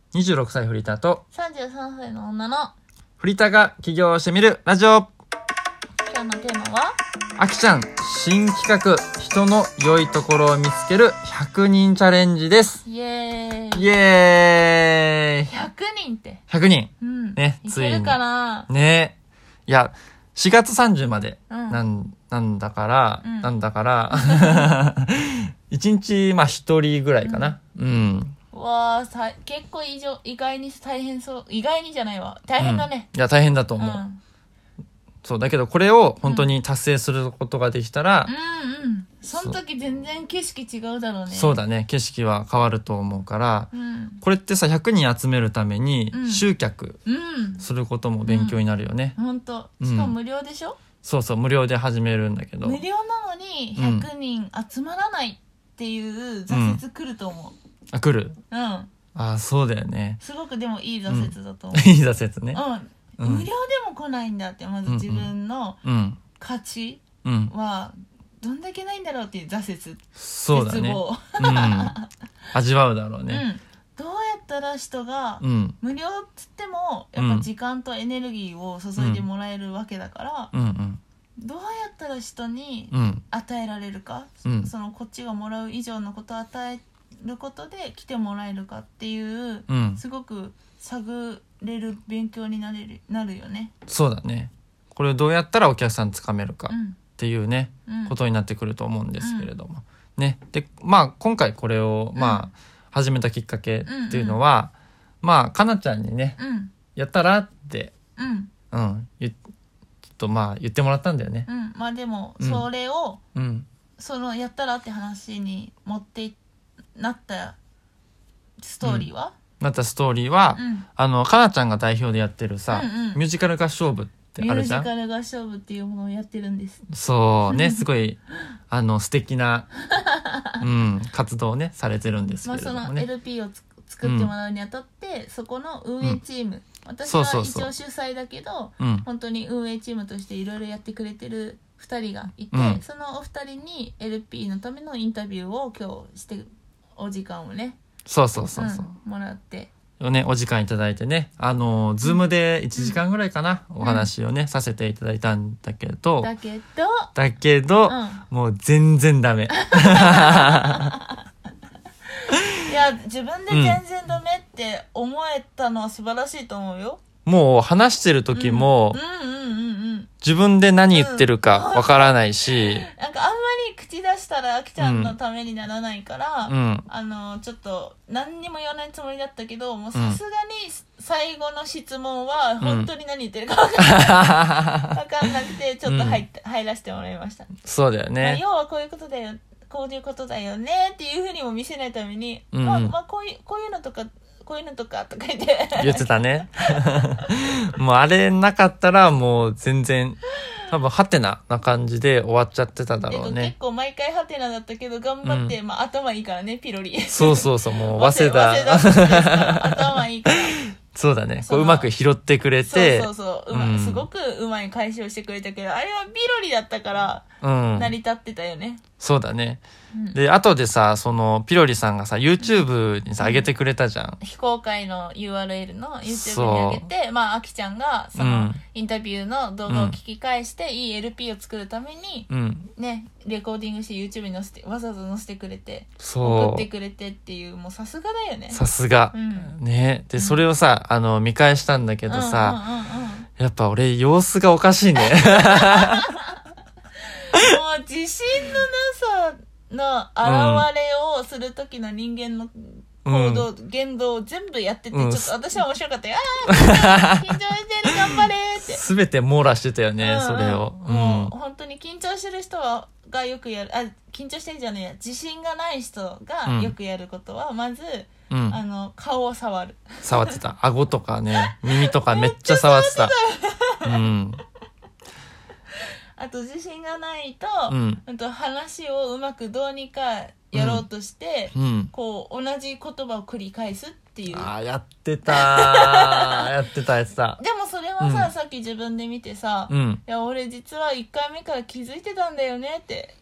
26歳フリーターと 33歳の女のフリーターが起業してみるラジオ。 今日のテーマはあきちゃん新企画、人の良いところを見つける100人チャレンジです。 イエーイ。 イエーイ。 100人って 100人ね、 ついにいけるかなね。いや4月30までなんだから、1日まあ1人ぐらいかな。 わー結構意外に大変そう。意外にじゃないわ、大変だね。 いや大変だと思う。そうだけどこれを本当に達成することができたら、 その時全然景色違うだろうね。 そうだね、景色は変わると思うから、これってさ100人集めるために集客することも勉強になるよね。 本当。しかも無料でしょ。 そうそう、無料で始めるんだけど、 無料なのに100人集まらないっていう挫折来ると思う。 あ、来る。そうだよね。 すごくでもいい挫折だと思う。 いい挫折ね。 無料でも来ないんだって、まず自分の価値はどんだけないんだろうっていう挫折、 そうだね。味わうだろうね。 どうやったら人が無料っつってもやっぱ時間とエネルギーを注いでもらえるわけだから、どうやったら人に与えられるか、そのこっちがもらう以上のことを与えることで来てもらえるかっていう、すごく探れる勉強になるよね。そうだね。 これをどうやったらお客さんつかめるかっていうね、ことになってくると思うんですけれども、ね。でまあ今回これを始めたきっかけっていうのは、かなちゃんにね、やったらってちょっと言ってもらったんだよね。 でもそれを、そのやったらって話に持ってなったストーリーは、かなちゃんが代表でやってるさ、ミュージカル合唱部ってあるじゃん。 ミュージカル合唱部っていうものをやってるんです。 そうね、すごい素敵な活動をねされてるんですけれどもね。 その LP を作ってもらうにあたって、そこの運営チーム、私は一応主催だけど、本当に運営チームとしていろいろやってくれてる2人がいて、そのお二人に LP のためのインタビューを今日してお時間をね、もらってね、お時間いただいてね、ズームで1時間ぐらいかな、お話をね、させていただいたんだけど、もう全然ダメ。 いや、自分で全然ダメって思えたのは素晴らしいと思うよ。 もう話してる時も、自分で何言ってるかわからないし、 なんかあんまり口出したらあきちゃんのためにならないから、ちょっと何にも言わないつもりだったけど、もうさすがに最後の質問は本当に何言ってるかわかんなくて、ちょっと入らせてもらいました。 そうだよね。 要はこういうことだよねっていうふうにも見せないために、こういうのとかとか言ってたね。もうあれなかったらもう全然多分ハテナな感じで終わっちゃってただろうね。 結構毎回ハテナだったけど頑張って、頭いいからね、ピロリ。 そうもう早稲田頭いいから。 そうだね。うまく拾ってくれて、 すごくうまい返しをしてくれたけど、あれはピロリだったから成り立ってたよね。 そうだね。で、後でさ、そのピロリさんがさ YouTube にさ上げてくれたじゃん。 非公開の URL の YouTube に上げて、あきちゃんがそのインタビューの動画を聞き返して、いい LP を作るためにね、レコーディングして YouTube にわざわざ載せてくれて、送ってくれてっていう、もうさすがだよね。さすがね。でそれをさ見返したんだけどさ、やっぱ俺様子がおかしいね。もう自信のなさの現れをする時の人間の行動、言動を全部やってて、ちょっと私は面白かったよ。緊張してる、頑張れって。 全て網羅してたよね、それを。 もう本当に緊張してる人がよくやる、緊張してるじゃねえや、自信がない人がよくやることは、まず、顔を触る。 触ってた。顎とかね、耳とかめっちゃ触ってた。 あと自信がないと、話をうまくどうにかやろうとして、こう同じ言葉を繰り返すっていう。 やってたやってた。 でもそれはさ、さっき自分で見てさ、いや俺実は1回目から気づいてたんだよねって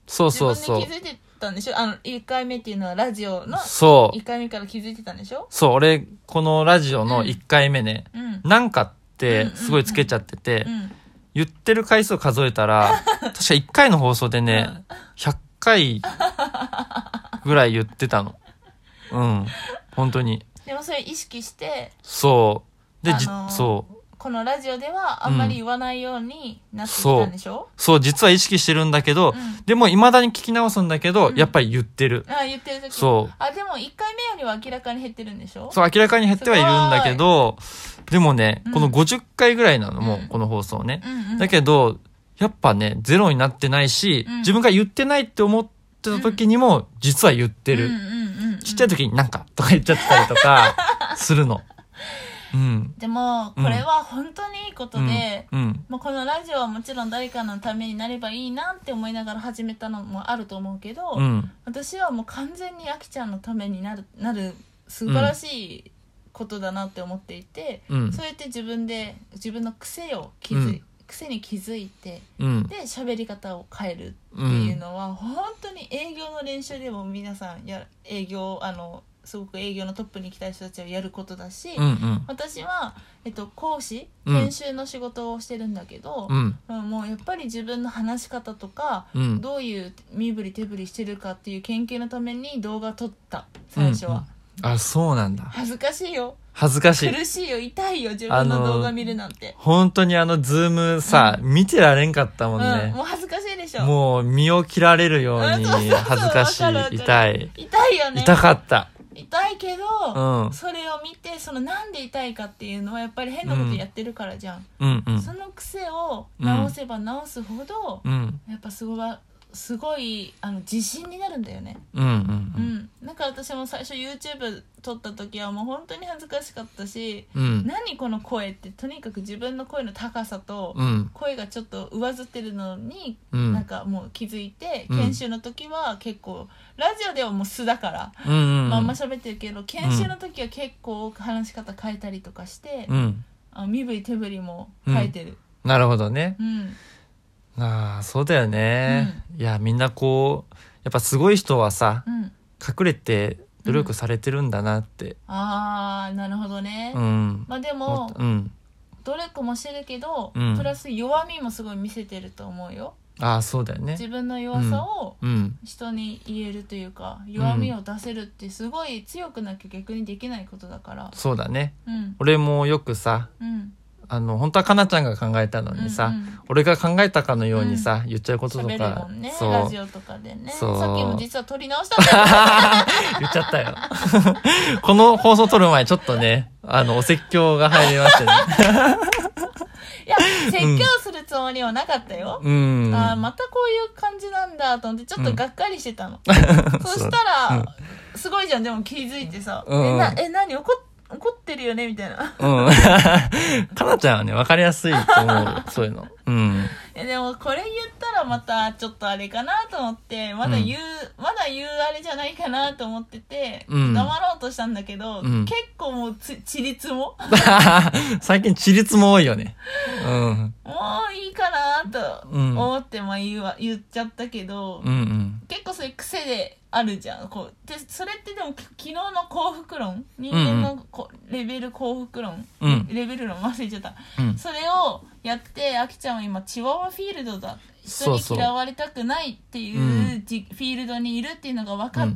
そうそうそう。 自分で気づいてたんでしょ。1回目っていうのはラジオの1回目から気づいてたんでしょ。 そう、俺このラジオの1回目ね、なんかってすごいつけちゃってて、言ってる回数を数えたら確か1回の放送でね、100回ぐらい言ってたの。本当に。 でもそれ意識して、 そうで、 そうこのラジオではあんまり言わないようになってきたんでしょ。 そう実は意識してるんだけど、でも未だに聞き直すんだけど、やっぱり言ってる。 言ってる時。 そう。 でも1回目よりは明らかに減ってるんでしょ。 そう、明らかに減ってはいるんだけど、でもね、この50回ぐらいなのも、この放送ね。だけどやっぱねゼロになってないし、自分が言ってないって思ってた時にも実は言ってる。ちっちゃい時になんかとか言っちゃってたりとかするの。 でもこれは本当にいいことで、もうこのラジオはもちろん誰かのためになればいいなって思いながら始めたのもあると思うけど、私はもう完全にあきちゃんのためになる素晴らしいことだなって思っていて、そうやって自分の癖に気づいて、で喋り方を変えるっていうのは、本当に営業の練習でも皆さんすごく営業のトップに行きたい人たちはやることだし、私は、講師研修の仕事をしてるんだけど、もうやっぱり自分の話し方とか、どういう身振り手振りしてるかっていう研究のために動画撮った最初は。 あ、そうなんだ。 恥ずかしいよ。 恥ずかしい。 苦しいよ、痛いよ、自分の動画見るなんて。 本当にズームさ、見てられんかったもんね。 もう恥ずかしいでしょ。 もう身を切られるように恥ずかしい。痛い。 痛いよね。 痛かった。 痛いけど、それを見てなんで痛いかっていうのはやっぱり変なことやってるからじゃん。その癖を直せば直すほど、やっぱすごい自信になるんだよね。だから私も最初 YouTube 撮った時はもう本当に恥ずかしかったし、何この声って、とにかく自分の声の高さと声がちょっと上ずってるのに、なんかもう気づいて、研修の時は結構ラジオではもう素だから、まんま喋ってるけど、研修の時は結構話し方変えたりとかして、身振り手振りも変えてる。 なるほどね。そうだよね。いや、みんなやっぱすごい人はさ、隠れて努力されてるんだなって。 なるほどね。まあでも、努力もしてるけど、プラス弱みもすごい見せてると思うよ。 そうだよね。 自分の弱さを人に言えるというか、弱みを出せるってすごい強くなきゃ逆にできないことだから。 そうだね。俺もよくさ、本当はかなちゃんが考えたのにさ、俺が考えたかのようにさ、言っちゃうこととか。 喋るもんね、ラジオとかでね。さっきも実は撮り直したんだよ。言っちゃったよ。この放送撮る前ちょっとね、お説教が入りましたね。 いや、説教するつもりはなかったよ。またこういう感じなんだと思ってちょっとがっかりしてたの。そしたら、すごいじゃん。でも気づいてさ、何怒ってるよねみたいな。 かなちゃんはね、わかりやすいと思う。そういうの。 でもこれ言ったらまたちょっとあれかなと思って、まだ言うあれじゃないかなと思ってて、黙ろうとしたんだけど、結構もうちりつも最近ちりつも多いよね。 もういいかなと思って、言っちゃったけど、結構そういう癖であるじゃん。でそれってでも昨日の幸福論、人間のレベル幸福論、レベル論忘れちゃった、それをやって、あきちゃんは今チワワフィールドだ、人に嫌われたくないっていうフィールドにいるっていうのが分かって、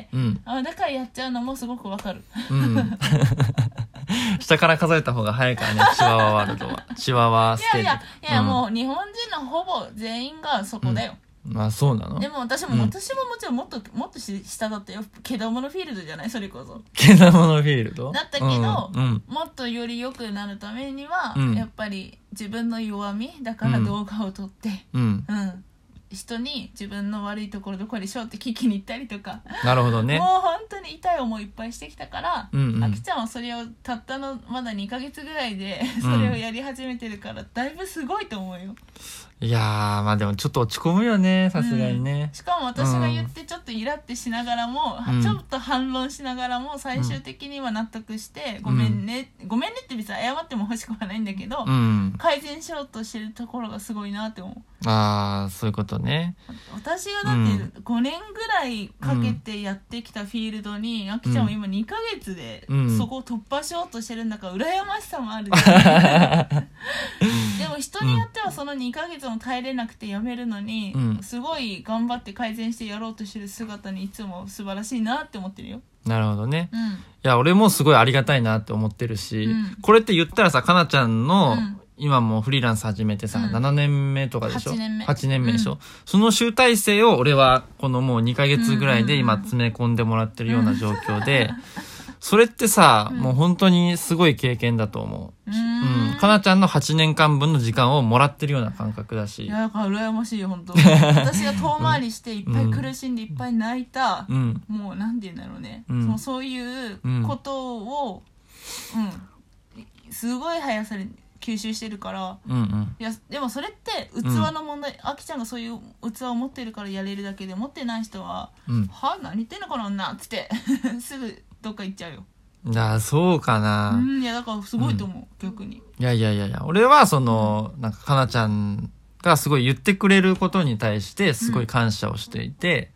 だからやっちゃうのもすごく分かる。 下から数えた方が早いからね、チワワワールドは。チワワステージ。 いや、もう日本人のほぼ全員がそこだよ。 そうなの？ でも私ももちろんもっと下だったよ。けだものフィールドじゃない、それこそ。 けだものフィールドだったけど、もっとより良くなるためには、やっぱり自分の弱みだから動画を撮って、人に自分の悪いところどこでしょうって聞きに行ったりとか。 なるほどね。 もう本当に痛い思いいっぱいしてきたから、あきちゃんはそれをたったのまだ2ヶ月ぐらいでそれをやり始めてるから、だいぶすごいと思うよ。 いやーまあでもちょっと落ち込むよね、さすがにね、 しかも私が言ってちょっとイラってしながらも、ちょっと反論しながらも最終的には納得して、ごめんねって別に謝っても欲しくはないんだけど、改善しようとしてるところがすごいなって思う。 ああ、そういうことね。 私がだって5年ぐらいかけてやってきたフィールドに、あきちゃんも今2ヶ月でそこを突破しようとしてるんだから羨ましさもあるじゃんでも人によってはその2ヶ月も耐えれなくてやめるのに、すごい頑張って改善してやろうとしてる姿にいつも素晴らしいなって思ってるよ。 なるほどね、いや俺もすごいありがたいなって思ってるし、これって言ったらさ、かなちゃんの、今もうフリーランス始めてさ、7年目とかでしょ。8年目でしょ、その集大成を俺はこのもう2ヶ月ぐらいで今詰め込んでもらってるような状況で、それってさ、もう本当にすごい経験だと思う。かなちゃんの8年間分の時間をもらってるような感覚だし。いや、だから羨ましいよ、本当私が遠回りしていっぱい苦しんでいっぱい泣いた、もうなんて言うんだろうね。そういうことを、すごい速さで吸収してるから、いやでもそれって器の問題、あきちゃんがそういう器を持ってるからやれるだけで、持ってない人は「は何言ってんのかな女」っつってすぐどっか行っちゃうよ。 そうかな。 いやだからすごいと思う、逆に。 いや俺はそのなんかかなちゃんがすごい言ってくれることに対してすごい感謝をしていて、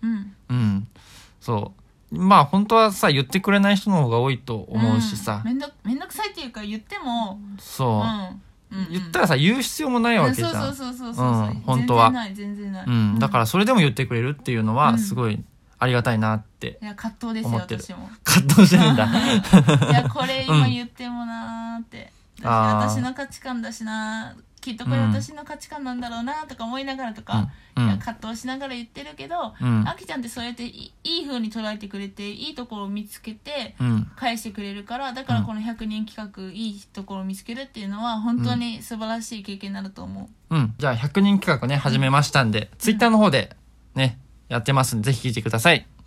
そうまあ本当はさ言ってくれない人の方が多いと思うしさ、 めんどくさいっていうか、言っても言ったらさ言う必要もないわけじゃん。 そう本当は全然ない、 だからそれでも言ってくれるっていうのはすごいありがたいなっていや葛藤ですよ、私も葛藤してるんだいやこれ今言ってもなーって、私の価値観だしな、きっとこれ私の価値観なんだろうなとか思いながらとか、いや葛藤しながら言ってるけど、あきちゃんってそうやっていい風に捉えてくれて、いいところを見つけて返してくれるから、だからこの100人企画、いいところを見つけるっていうのは本当に素晴らしい経験になると思う。 じゃあ100人企画ね始めましたんで、ツイッターの方でねやってますんで、ぜひ聞いてください。